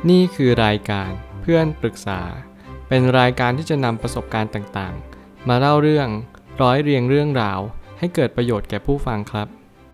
นี่คือรายการเพื่อนปรึกษาเป็นรายการที่จะนำประสบการณ์ต่างๆมาเล่าเรื่องร้อยเรียงเรื่องราวให้เกิดประโยชน์แก่ผู้ฟังครับ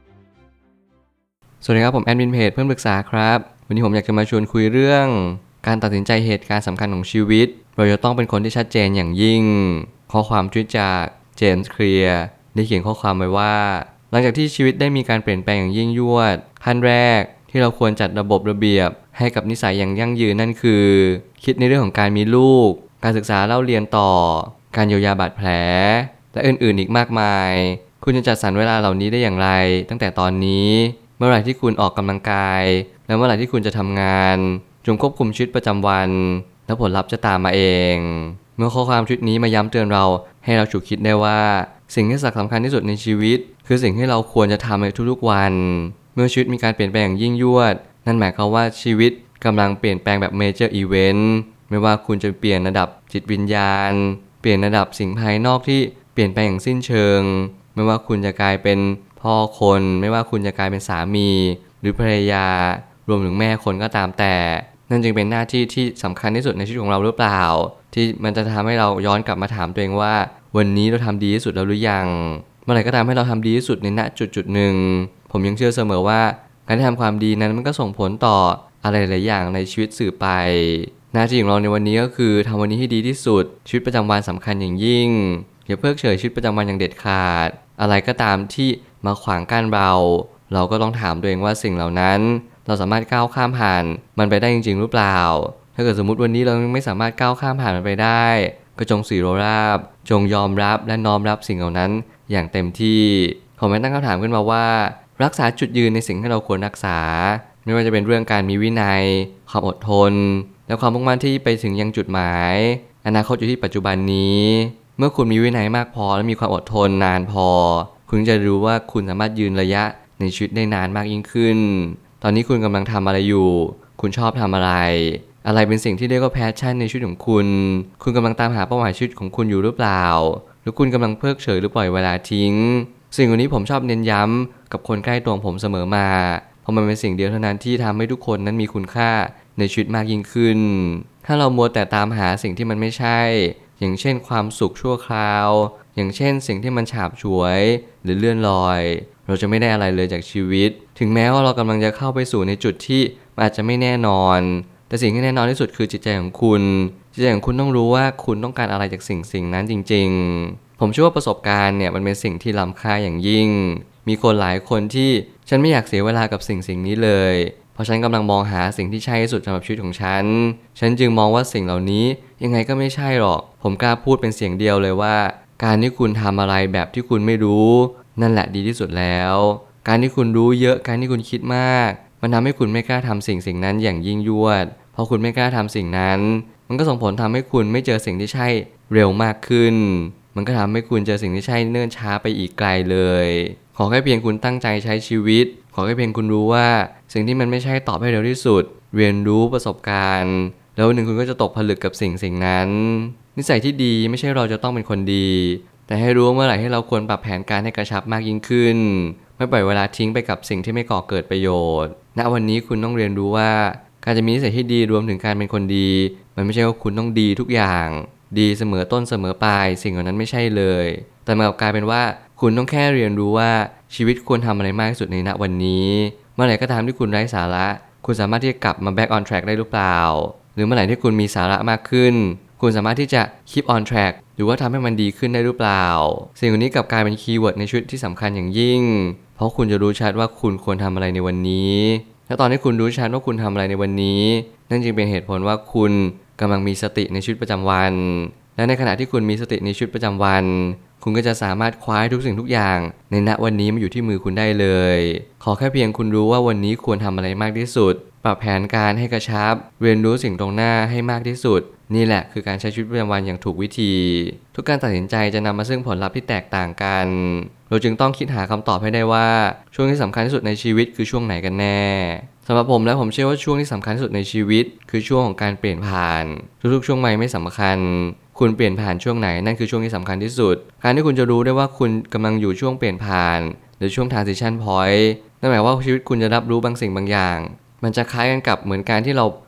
สวัสดีครับผมแอดมินเพจเพื่อนปรึกษาครับวันนี้ผมอยากจะมาชวนคุยเรื่องการตัดสินใจเหตุการณ์สำคัญของชีวิตเราจะต้องเป็นคนที่ชัดเจนอย่างยิ่งข้อความทวิตจากเจมส์เคลียร์ได้เขียนข้อความไว้ว่าหลังจากที่ชีวิตได้มีการเปลี่ยนแปลงอย่างยิ่งยวดขั้นแรกที่เราควรจัดระบบระเบียบให้กับนิสัยอย่างยั่งยืนนั่นคือคิดในเรื่องของการมีลูกการศึกษาเล่าเรียนต่อการเยียวยาบาดแผลและอื่นๆอีกมากมายคุณจะจัดสรรเวลาเหล่านี้ได้อย่างไรตั้งแต่ตอนนี้เมื่อไหร่ที่คุณออกกำลังกายและเมื่อไหร่ที่คุณจะทำงานจงควบคุมชีวิตประจำวันแล้วผลลัพธ์จะตามมาเองเมื่อข้อความชุดนี้มาย้ำเตือนเราให้เราฉุกคิดได้ว่าสิ่งที่สำคัญที่สุดในชีวิตคือสิ่งที่เราควรจะทำในทุกๆวันเมื่อชีวิตมีการเปลี่ยนแปลงอย่างยิ่งยวดนั่นหมายความว่าชีวิตกำลังเปลี่ยนแปลงแบบเมเจอร์อีเวนต์ไม่ว่าคุณจะเปลี่ยนระดับจิตวิญญาณเปลี่ยนระดับสิ่งภายนอกที่เปลี่ยนแปลงอย่างสิ้นเชิงไม่ว่าคุณจะกลายเป็นพ่อคนไม่ว่าคุณจะกลายเป็นสามีหรือภรรยารวมถึงแม่คนก็ตามแต่นั่นจึงเป็นหน้าที่ที่สำคัญที่สุดในชีวิตของเราหรือเปล่าที่มันจะทำให้เราย้อนกลับมาถามตัวเองว่าวันนี้เราทำดีที่สุดแล้วหรือยังเมื่อไหร่ก็ตามให้เราทำดีที่สุดในณจุดหนึ่งผมยังเชื่อเสมอว่าการที่ทำความดีนั้นมันก็ส่งผลต่ออะไรหลายอย่างในชีวิตสื่อไปหน้าที่ของเราในวันนี้ก็คือทำวันนี้ให้ดีที่สุดชีวิตประจำวันสำคัญอย่างยิ่งอย่าเพิกเฉยชีวิตประจำวันอย่างเด็ดขาดอะไรก็ตามที่มาขวางกั้นเราก็ต้องถามตัวเองว่าสิ่งเหล่านั้นเราสามารถก้าวข้ามผ่านมันไปได้จริงๆหรือเปล่าถ้าเกิดสมมุติวันนี้เราไม่สามารถก้าวข้ามผ่านมันไปได้ก็จงสีโรราบจงยอมรับและน้อมรับสิ่งเหล่านั้นอย่างเต็มที่ผมตั้งคำถามขึ้นมาว่ารักษาจุดยืนในสิ่งที่เราควรรักษาไม่ว่าจะเป็นเรื่องการมีวินัยความอดทนและความมุ่งมั่นที่ไปถึงยังจุดหมายอนาคตอยู่ที่ปัจจุบันนี้เมื่อคุณมีวินัยมากพอและมีความอดทนนานพอคุณจะรู้ว่าคุณสามารถยืนระยะในชีวิตได้นานมากยิ่งขึ้นตอนนี้คุณกำลังทำอะไรอยู่คุณชอบทำอะไรเป็นสิ่งที่เรียกว่าแพชชั่นในชีวิตของคุณกำลังตามหาเป้าหมายชีวิตของคุณอยู่หรือเปล่าหรือคุณกำลังเพิกเฉยหรือปล่อยเวลาทิ้งสิ่งเหล่านี้ผมชอบเน้นย้ำกับคนใกล้ตัวผมเสมอมาเพราะมันเป็นสิ่งเดียวเท่านั้นที่ทำให้ทุกคนนั้นมีคุณค่าในชีวิตมากยิ่งขึ้นถ้าเรามัวแต่ตามหาสิ่งที่มันไม่ใช่อย่างเช่นความสุขชั่วคราวอย่างเช่นสิ่งที่มันฉาบฉวยหรือเลื่อนลอยเราจะไม่ได้อะไรเลยจากชีวิตถึงแม้ว่าเรากำลังจะเข้าไปสู่ในจุดที่มันอาจจะไม่แน่นอนแต่สิ่งที่แน่นอนที่สุดคือจิตใจของคุณจิตใจของคุณต้องรู้ว่าคุณต้องการอะไรจากสิ่งนั้นจริงๆผมเชื่อว่าประสบการณ์เนี่ยมันเป็นสิ่งที่ล้ำค่าอย่างยิ่งมีคนหลายคนที่ฉันไม่อยากเสียเวลากับสิ่งนี้เลยเพราะฉันกำลังมองหาสิ่งที่ใช่ที่สุดสำหรับชีวิตของฉันจึงมองว่าสิ่งเหล่านี้ยังไงก็ไม่ใช่หรอกผมกล้าพูดเป็นเสียงเดียวเลยว่าการที่คุณทำอะไรแบบที่คุณไม่รู้นั่นแหละดีที่สุดแล้วการที่คุณรู้เยอะการที่คุณคิดมากมันทำให้คุณไม่กล้าทำสิ่งนั้นอย่างยิ่งยวดพอคุณไม่กล้าทำสิ่งนั้นมันก็ส่งผลทำให้คุณไม่เจอสิ่งที่ใช่เร็วมากขึ้นมันก็ทำให้คุณเจอสิ่งที่ใช่เนิ่นช้าไปอีกไกลเลยขอแค่เพียงคุณตั้งใจใช้ชีวิตขอแค่เพียงคุณรู้ว่าสิ่งที่มันไม่ใช่ตอบให้เร็วที่สุดเรียนรู้ประสบการณ์แล้ววันหนึ่งคุณก็จะตกผลึกกับสิ่งนั้นนิสัยที่ดีไม่ใช่เราจะต้องเป็นคนดีแต่ให้รู้เมื่อไหร่ให้เราควรปรับแผนการให้กระชับมากยิ่งขึ้นไม่ปล่อยเวลาทิ้งไปกับสิ่งที่ไม่ก่อเกิดประโยชน์ณวันนี้คุณต้องเรียนรู้ว่าการจะมีนิสัยที่ดีรวมถึงการเป็นคนดีมันไม่ใช่ว่าคุณต้องดีทุกอย่างดีเสมอต้นเสมอปลายสิ่งเหล่านั้นไม่ใช่เลยแต่มันกลายเป็นว่าคุณต้องแค่เรียนรู้ว่าชีวิตควรทำอะไรมากที่สุดในณวันนี้เมื่อไหร่ก็ตามที่คุณไร้สาระคุณสามารถที่จะกลับมา back on track ได้หรือเปล่าหรือเมื่อไหร่ที่คุณมีสาระมากขึ้นคุณสามารถที่จะ keep on track หรือว่าทำให้มันดีขึ้นได้หรือเปล่าสิ่งเหล่านี้กลับกลายเป็นคีย์เวิร์ดในชีวิตที่สำคัญอย่างยิ่งเพราะคุณจะรู้ชัดว่าคุณควรทำอะไรในวันนี้และตอนที่คุณรู้ชัดว่าคุณทำอะไรในวันนี้นั่นจึงเป็นเหตุผลว่าคุณกำลังมีสติในชีวิตประจำวันและในขณะที่คุณมีสติในชีวิตประจำวันคุณก็จะสามารถคว้าทุกสิ่งทุกอย่างในณวันนี้มาอยู่ที่มือคุณได้เลยขอแค่เพียงคุณรู้ว่าวันนี้ควรทำอะไรมากที่สุดปรับแผนการให้กระชับเรียนรู้สิ่งตรงหน้าให้มากที่สุดนี่แหละคือการใช้ชีวิตประจำวันอย่างถูกวิธีทุกการตัดสินใจจะนำมาซึ่งผลลัพธ์ที่แตกต่างกันเราจึงต้องคิดหาคำตอบให้ได้ว่าช่วงที่สำคัญที่สุดในชีวิตคือช่วงไหนกันแน่สำหรับผมและผมเชื่อว่าช่วงที่สำคัญที่สุดในชีวิตคือช่วงของการเปลี่ยนผ่านทุกๆช่วงวัยไม่สำคัญคุณเปลี่ยนผ่านช่วงไหนนั่นคือช่วงที่สำคัญที่สุดการที่คุณจะรู้ได้ว่าคุณกำลังอยู่ช่วงเปลี่ยนผ่านหรือช่วง transition point นั่นหมายว่าชีวิตคุณจะรับรู้บางสิ่งบางอย่างมันจะคล้ายกันกับเหมือนการที่เรา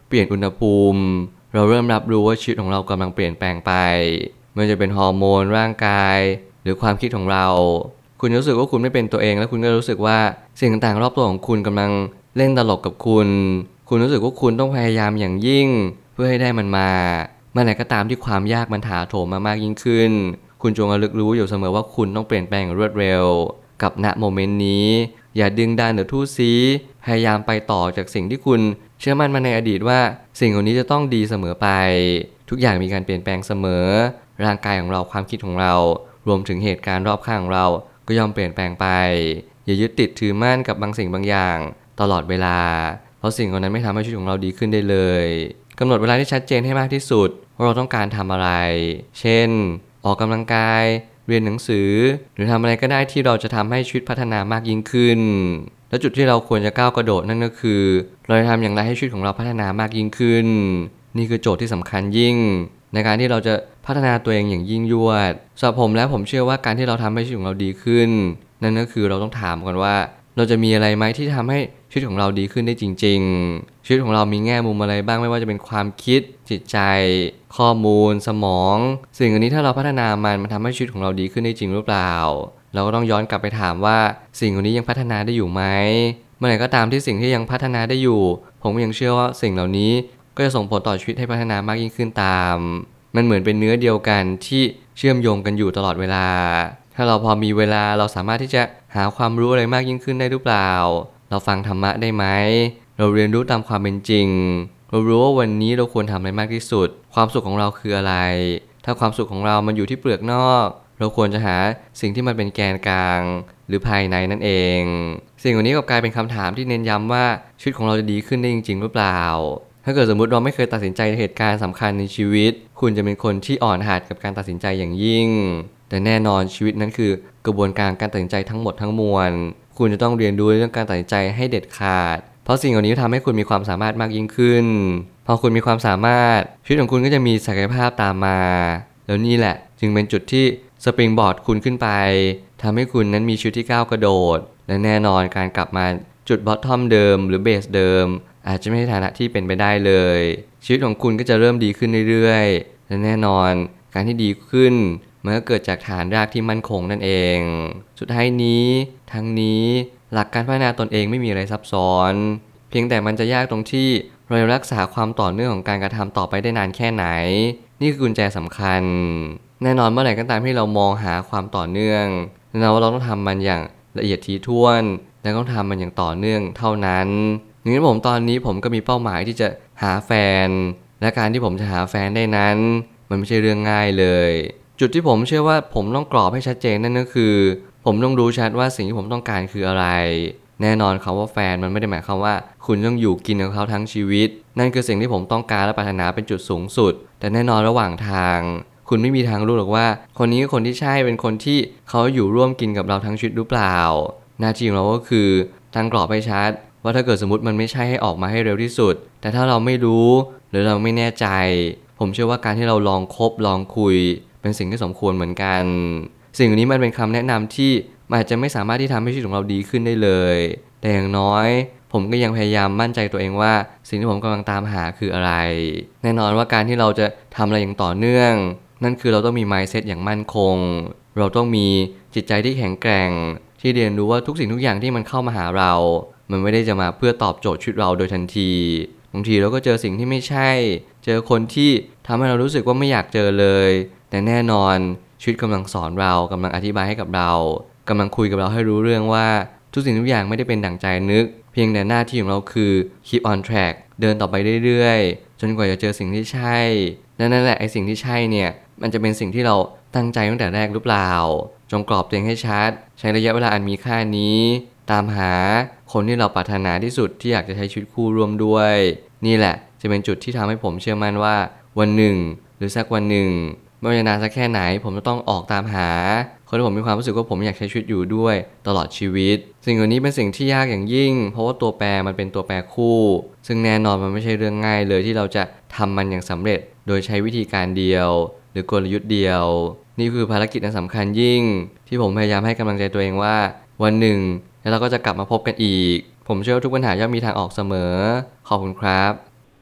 เปลี่ยนอุณหภูมิเราเริ่มรับรู้ว่าชีวิตของเรากำลังเปลี่ยนแปลงไปไม่ว่าจะเป็นฮอร์โมนร่างกายหรือความคิดของเราคุณรู้สึกว่าคุณไม่เป็นตัวเองแล้วคุณก็รู้สึกว่าสิ่งต่างๆรอบตัวของคุณกำลังเล่นตลกกับคุณรู้สึกว่าคุณต้องพยายามอย่างยิ่งเพื่อให้ได้มันมาเมื่อไหร่ก็ตามที่ความยากมันถาโถมมามากยิ่งขึ้นคุณจงระลึกรู้อยู่เสมอว่าคุณต้องเปลี่ยนแปลงอย่างรวดเร็วกับณโมเมนต์นี้อย่าดึงดันหรือทู่ซีพยายามไปต่อจากสิ่งที่คุณเชื่อมั่นมาในอดีตว่าสิ่งเหล่านี้จะต้องดีเสมอไปทุกอย่างมีการเปลี่ยนแปลงเสมอร่างกายของเราความคิดของเรารวมถึงเหตุการณ์รอบข้างของเราก็ย่อมเปลี่ยนแปลงไปอย่ายึดติดถือมั่นกับบางสิ่งบางอย่างตลอดเวลาเพราะสิ่งเหล่านั้นไม่ทำให้ชีวิตของเราดีขึ้นได้เลยกำหนดเวลาที่ชัดเจนให้มากที่สุดว่าเราต้องการทำอะไรเช่นออกกำลังกายเรียนหนังสือหรือทำอะไรก็ได้ที่เราจะทำให้ชีวิตพัฒนามากยิ่งขึ้นและจุดที่เราควรจะก้าวกระโดดนั่นก็คือเราจะทำอย่างไรให้ชีวิตของเราพัฒนามากยิ่งขึ้นนี่คือโจทย์ที่สำคัญยิ่งในการที่เราจะพัฒนาตัวเองอย่างยิ่งยวดสำหรับผมและผมเชื่อว่าการที่เราทำให้ชีวิตของเราดีขึ้นนั่นก็คือเราต้องถามกันว่าเราจะมีอะไรไหมที่ทำให้ชีวิตของเราดีขึ้นได้จริงๆชีวิตของเรามีแง่มุมอะไรบ้างไม่ว่าจะเป็นความคิดจิตใจข้อมูลสมองสิ่งอันนี้ถ้าเราพัฒนามันทำให้ชีวิตของเราดีขึ้นได้จริงหรือเปล่าเราก็ต้องย้อนกลับไปถามว่าสิ่งอันนี้ยังพัฒนาได้อยู่ไหมเมื่อไหร่ก็ตามที่สิ่งที่ยังพัฒนาได้อยู่ผมยังเชื่อว่าสิ่งเหล่านี้ก็จะส่งผลต่อชีวิตให้พัฒนามากยิ่งขึ้นตามมันเหมือนเป็นเนื้อเดียวกันที่เชื่อมโยงกันอยู่ตลอดเวลาถ้าเราพอมีเวลาเราสามารถที่จะหาความรู้อะไรมากยิ่งขึ้นได้หรือเปล่าเราฟังธรรมะได้ไหมเราเรียนรู้ตามความเป็นจริงเรารู้ว่าวันนี้เราควรทำอะไรมากที่สุดความสุขของเราคืออะไรถ้าความสุขของเรามันอยู่ที่เปลือกนอกเราควรจะหาสิ่งที่มันเป็นแกนกลางหรือภายในนั่นเองสิ่งเหล่านี้ก็กลายเป็นคำถามที่เน้นย้ำว่าชีวิตของเราจะดีขึ้นได้จริงๆหรือเปล่าถ้าเกิดสมมุติเราไม่เคยตัดสินใจเหตุการณ์สำคัญในชีวิตคุณจะเป็นคนที่อ่อนหัดกับการตัดสินใจอย่างยิ่งแต่แน่นอนชีวิตนั้นคือกระบวนการตัดสินใจทั้งหมดทั้งมวลคุณจะต้องเรียนรู้เรื่องการตัดสินใจให้เด็ดขาดเพราะสิ่งเหล่านี้ทำให้คุณมีความสามารถมากยิ่งขึ้นพอคุณมีความสามารถชีวิตของคุณก็จะมีศักยภาพตามมาแล้วนี่แหละจึงเป็นจุดที่สปริงบอร์ดคุณขึ้นไปทำให้คุณนั้นมีชีวิตที่ก้าวกระโดดและแน่นอนการกลับมาจุดบอททอมเดิมหรือเบสเดิมอาจจะไม่ใช่ฐานะที่เป็นไปได้เลยชีวิตของคุณก็จะเริ่มดีขึ้นเรื่อยๆและแน่นอนการที่ดีขึ้นมันก็เกิดจากฐานรากที่มั่นคงนั่นเองสุดท้ายนี้ทั้งนี้หลักการพัฒนาตนเองไม่มีอะไรซับซ้อนเพียงแต่มันจะยากตรงที่เราจะรักษาความต่อเนื่องของการกระทำต่อไปได้นานแค่ไหนนี่คือกุญแจสำคัญแน่นอนเมื่อไหร่ก็ตามที่เรามองหาความต่อเนื่องแน่นอนว่าเราต้องทำมันอย่างละเอียดถี่ถ้วนและต้องทำมันอย่างต่อเนื่องเท่านั้นอย่างนี้ตอนนี้ผมก็มีเป้าหมายที่จะหาแฟนและการที่ผมจะหาแฟนได้นั้นมันไม่ใช่เรื่องง่ายเลยจุดที่ผมเชื่อว่าผมต้องกรอบให้ชัดเจนนั่นก็คือผมต้องรู้ชัดว่าสิ่งที่ผมต้องการคืออะไรแน่นอนคำว่าแฟนมันไม่ได้หมายความว่าคุณต้องอยู่กินกับเขาทั้งชีวิตนั่นคือสิ่งที่ผมต้องการและปรารถนาเป็นจุดสูงสุดแต่แน่นอนระหว่างทางคุณไม่มีทางรู้หรอกว่าคนนี้คือคนที่ใช่เป็นคนที่เขาอยู่ร่วมกินกับเราทั้งชีวิตหรือเปล่าหน้าที่ของเราก็คือตั้งกรอบให้ชัดว่าถ้าเกิดสมมติมันไม่ใช่ให้ออกมาให้เร็วที่สุดแต่ถ้าเราไม่รู้หรือเราไม่แน่ใจผมเชื่อว่าการที่เราลองคบลองคุยเป็นสิ่งที่สมควรเหมือนกันสิ่งนี้มันเป็นคำแนะนำที่มันอาจจะไม่สามารถที่ทำให้ชีวิตของเราดีขึ้นได้เลยแต่อย่างน้อยผมก็ยังพยายามมั่นใจตัวเองว่าสิ่งที่ผมกำลังตามหาคืออะไรแน่นอนว่าการที่เราจะทำอะไรอย่างต่อเนื่องนั่นคือเราต้องมี mindset อย่างมั่นคงเราต้องมีจิตใจที่แข็งแกร่งที่เรียนรู้ว่าทุกสิ่งทุกอย่างที่มันเข้ามาหาเรามันไม่ได้จะมาเพื่อตอบโจทย์ชีวิตเราโดยทันทีบางทีเราก็เจอสิ่งที่ไม่ใช่เจอคนที่ทำให้เรารู้สึกว่าไม่อยากเจอเลยแต่แน่นอนชีวิตกำลังสอนเรากำลังอธิบายให้กับเรากำลังคุยกับเราให้รู้เรื่องว่าทุกสิ่งทุกอย่างไม่ได้เป็นดั่งใจนึกเพียงแต่หน้าที่ของเราคือ keep on track เดินต่อไปเรื่อยๆจนกว่าจะเจอสิ่งที่ใช่และนั่นแหละไอ้สิ่งที่ใช่เนี่ยมันจะเป็นสิ่งที่เราตั้งใจตั้งแต่แรกหรือเปล่าจงกรอบตัวเองให้ชัดใช้ระยะเวลาอันมีค่านี้ตามหาคนที่เราปรารถนาที่สุดที่อยากจะใช้ชีวิตคู่ร่วมด้วยนี่แหละจะเป็นจุดที่ทำให้ผมเชื่อมั่นว่าวันหนึ่งหรือสักวันหนึ่งไม่ว่าจะนานสักแค่ไหนผมจะต้องออกตามหาคนที่ผมมีความรู้สึกว่าผมอยากใช้ชีวิตอยู่ด้วยตลอดชีวิตสิ่งเหล่านี้เป็นสิ่งที่ยากอย่างยิ่งเพราะว่าตัวแปรมันเป็นตัวแปรคู่ซึ่งแน่นอนมันไม่ใช่เรื่องง่ายเลยที่เราจะทำมันอย่างสำเร็จโดยใช้วิธีการเดียวหรือกลยุทธ์เดียวนี่คือภารกิจอันสำคัญยิ่งที่ผมพยายามให้กำลังใจตัวเองว่าวันหนึ่งแล้วเราก็จะกลับมาพบกันอีกผมเชื่อว่าทุกปัญหาย่อมมีทางออกเสมอขอบคุณครับ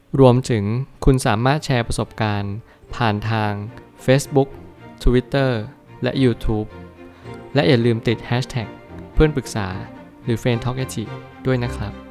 รวมถึงคุณสามารถแชร์ประสบการณ์ผ่านทาง Facebook Twitter และ YouTube และอย่าลืมติด Hashtag เพื่อนปรึกษาหรือ f r ร e n d Talkative ด้วยนะครับ